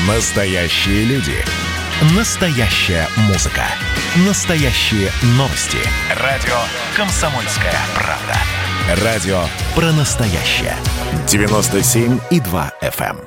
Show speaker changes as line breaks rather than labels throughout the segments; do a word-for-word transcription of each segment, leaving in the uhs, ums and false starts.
Настоящие люди. Настоящая музыка. Настоящие новости. Радио «Комсомольская правда». Радио про настоящее. девяносто семь и два эф эм.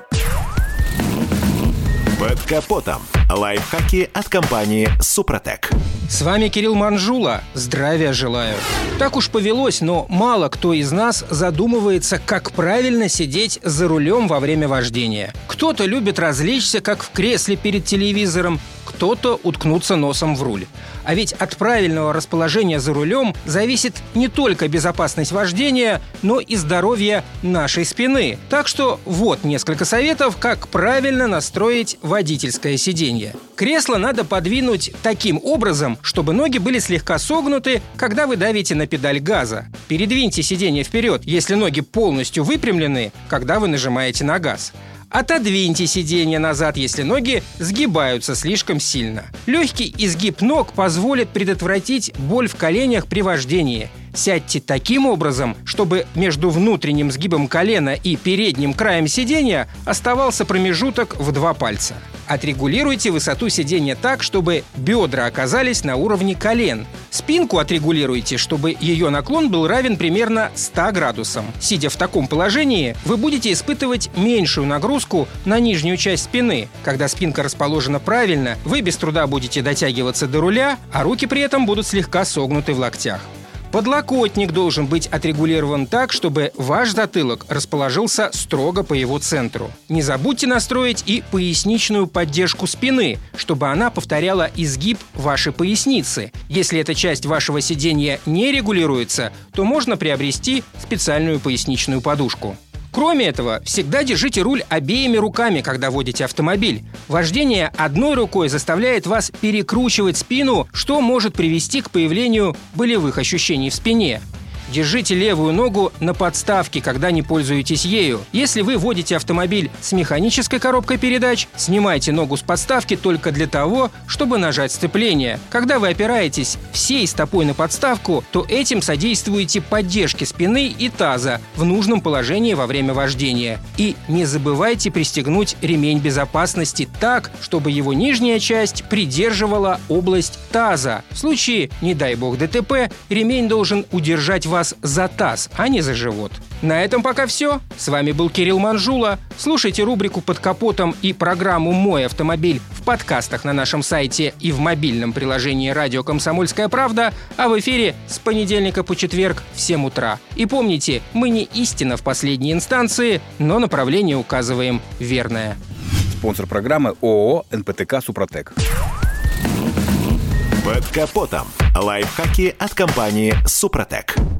Под капотом. Лайфхаки от компании «Супротек».
С вами Кирилл Манжула. Здравия желаю. Так уж повелось, но мало кто из нас задумывается, как правильно сидеть за рулем во время вождения. Кто-то любит развлечься, как в кресле перед телевизором, кто-то уткнуться носом в руль. А ведь от правильного расположения за рулем зависит не только безопасность вождения, но и здоровье нашей спины. Так что вот несколько советов, как правильно настроить водительское сиденье. Кресло надо подвинуть таким образом, чтобы ноги были слегка согнуты, когда вы давите на педаль газа. Передвиньте сиденье вперед, если ноги полностью выпрямлены, когда вы нажимаете на газ. Отодвиньте сиденье назад, если ноги сгибаются слишком сильно. Легкий изгиб ног позволит предотвратить боль в коленях при вождении. Сядьте таким образом, чтобы между внутренним сгибом колена и передним краем сиденья оставался промежуток в два пальца. Отрегулируйте высоту сиденья так, чтобы бедра оказались на уровне колен. Спинку отрегулируйте, чтобы ее наклон был равен примерно ста градусам. Сидя в таком положении, вы будете испытывать меньшую нагрузку на нижнюю часть спины. Когда спинка расположена правильно, вы без труда будете дотягиваться до руля, а руки при этом будут слегка согнуты в локтях. Подлокотник должен быть отрегулирован так, чтобы ваш затылок расположился строго по его центру. Не забудьте настроить и поясничную поддержку спины, чтобы она повторяла изгиб вашей поясницы. Если эта часть вашего сиденья не регулируется, то можно приобрести специальную поясничную подушку. Кроме этого, всегда держите руль обеими руками, когда водите автомобиль. Вождение одной рукой заставляет вас перекручивать спину, что может привести к появлению болевых ощущений в спине. Держите левую ногу на подставке, когда не пользуетесь ею. Если вы водите автомобиль с механической коробкой передач, снимайте ногу с подставки только для того, чтобы нажать сцепление. Когда вы опираетесь всей стопой на подставку, то этим содействуете поддержке спины и таза в нужном положении во время вождения. И не забывайте пристегнуть ремень безопасности так, чтобы его нижняя часть придерживала область таза. В случае, не дай бог, ДТП, ремень должен удержать вас за таз, а не за живот. На этом пока все. С вами был Кирилл Манжула. Слушайте рубрику «Под капотом» и программу «Мой автомобиль» в подкастах на нашем сайте и в мобильном приложении «Радио Комсомольская правда», а в эфире с понедельника по четверг в семь утра. И помните, мы не истина в последней инстанции, но направление указываем верное.
Спонсор программы ООО «эн пэ тэ ка Супротек».
Под капотом. Лайфхаки от компании «Супротек».